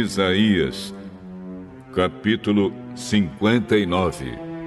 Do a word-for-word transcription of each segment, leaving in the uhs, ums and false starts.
Isaías, capítulo cinquenta e nove.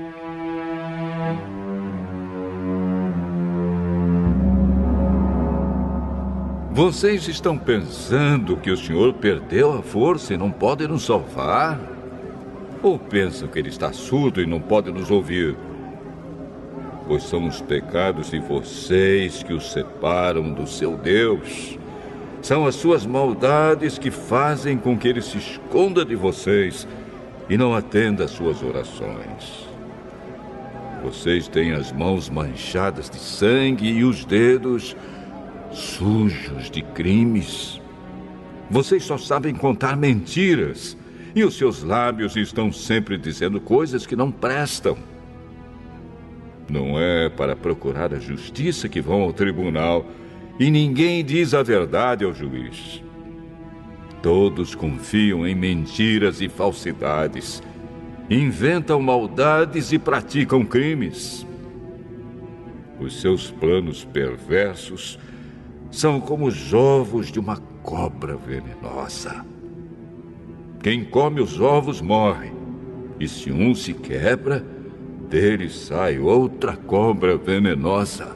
Vocês estão pensando que o Senhor perdeu a força e não pode nos salvar? Ou pensam que Ele está surdo e não pode nos ouvir? Pois são os pecados de vocês que o separam do seu Deus. São as suas maldades que fazem com que Ele se esconda de vocês e não atenda às suas orações. Vocês têm as mãos manchadas de sangue e os dedos sujos de crimes. Vocês só sabem contar mentiras e os seus lábios estão sempre dizendo coisas que não prestam. Não é para procurar a justiça que vão ao tribunal e ninguém diz a verdade ao juiz. Todos confiam em mentiras e falsidades, inventam maldades e praticam crimes. Os seus planos perversos são como os ovos de uma cobra venenosa. Quem come os ovos morre, e se um se quebra, dele sai outra cobra venenosa.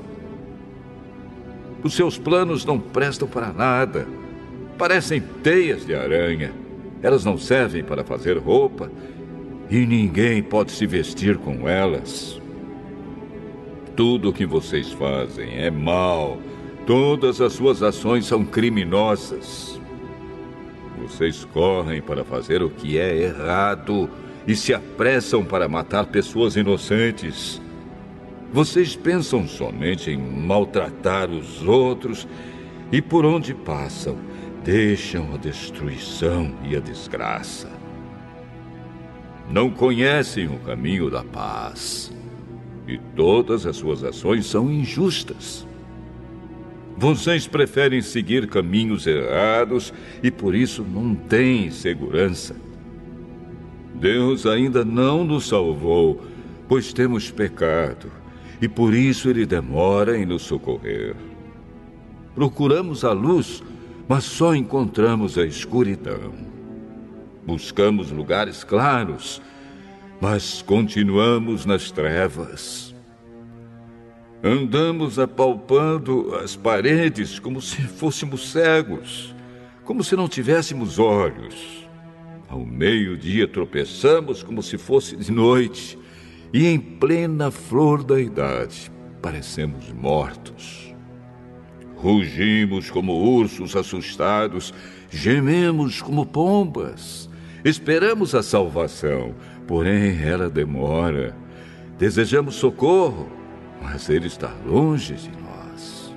Os seus planos não prestam para nada. Parecem teias de aranha. Elas não servem para fazer roupa, e ninguém pode se vestir com elas. Tudo o que vocês fazem é mal. Todas as suas ações são criminosas. Vocês correm para fazer o que é errado e se apressam para matar pessoas inocentes. Vocês pensam somente em maltratar os outros e, por onde passam, deixam a destruição e a desgraça. Não conhecem o caminho da paz e todas as suas ações são injustas. Vocês preferem seguir caminhos errados e por isso não têm segurança. Deus ainda não nos salvou, pois temos pecado, e por isso Ele demora em nos socorrer. Procuramos a luz, mas só encontramos a escuridão. Buscamos lugares claros, mas continuamos nas trevas. Andamos apalpando as paredes como se fôssemos cegos, como se não tivéssemos olhos. Ao meio-dia tropeçamos como se fosse de noite, e em plena flor da idade parecemos mortos. Rugimos como ursos assustados, gememos como pombas. Esperamos a salvação, porém ela demora. Desejamos socorro, mas Ele está longe de nós.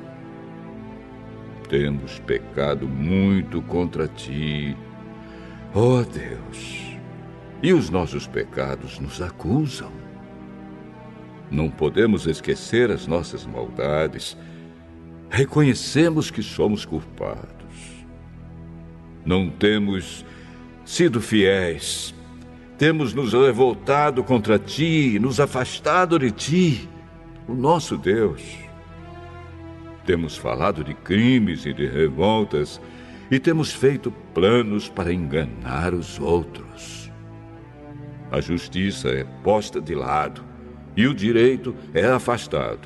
Temos pecado muito contra Ti, ó Deus, e os nossos pecados nos acusam. Não podemos esquecer as nossas maldades. Reconhecemos que somos culpados. Não temos sido fiéis. Temos nos revoltado contra Ti, nos afastado de Ti, o nosso Deus. Temos falado de crimes e de revoltas e temos feito planos para enganar os outros. A justiça é posta de lado e o direito é afastado.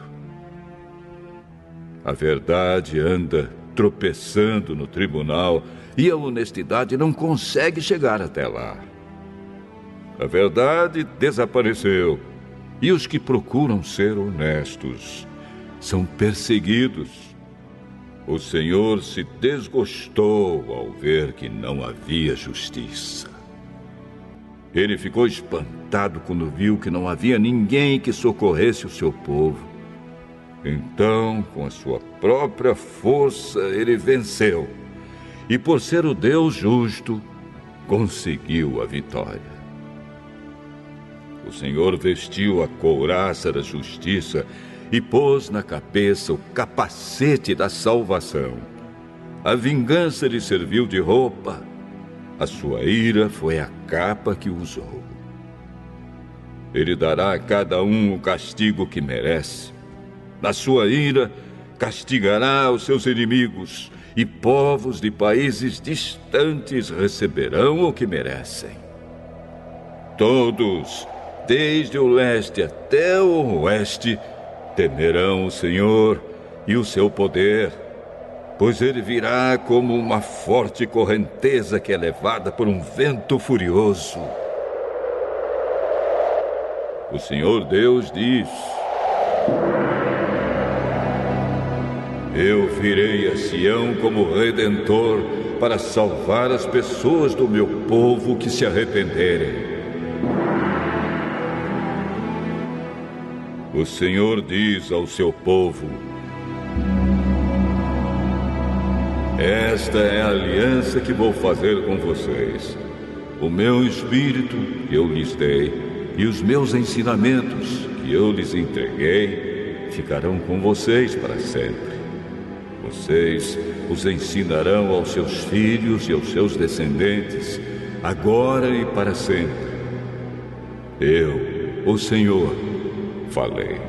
A verdade anda tropeçando no tribunal e a honestidade não consegue chegar até lá. A verdade desapareceu. E os que procuram ser honestos são perseguidos. O Senhor se desgostou ao ver que não havia justiça. Ele ficou espantado quando viu que não havia ninguém que socorresse o seu povo. Então, com a sua própria força, ele venceu. E por ser o Deus justo, conseguiu a vitória. O Senhor vestiu a couraça da justiça e pôs na cabeça o capacete da salvação. A vingança lhe serviu de roupa, a sua ira foi a capa que usou. Ele dará a cada um o castigo que merece. Na sua ira, castigará os seus inimigos e povos de países distantes receberão o que merecem. Todos, desde o leste até o oeste, temerão o Senhor e o seu poder, pois ele virá como uma forte correnteza que é levada por um vento furioso. O Senhor Deus diz: eu virei a Sião como Redentor para salvar as pessoas do meu povo que se arrependerem. O Senhor diz ao seu povo: esta é a aliança que vou fazer com vocês. O meu espírito eu lhes dei, e os meus ensinamentos que eu lhes entreguei ficarão com vocês para sempre. Vocês os ensinarão aos seus filhos e aos seus descendentes, agora e para sempre. Eu, o Senhor, falei.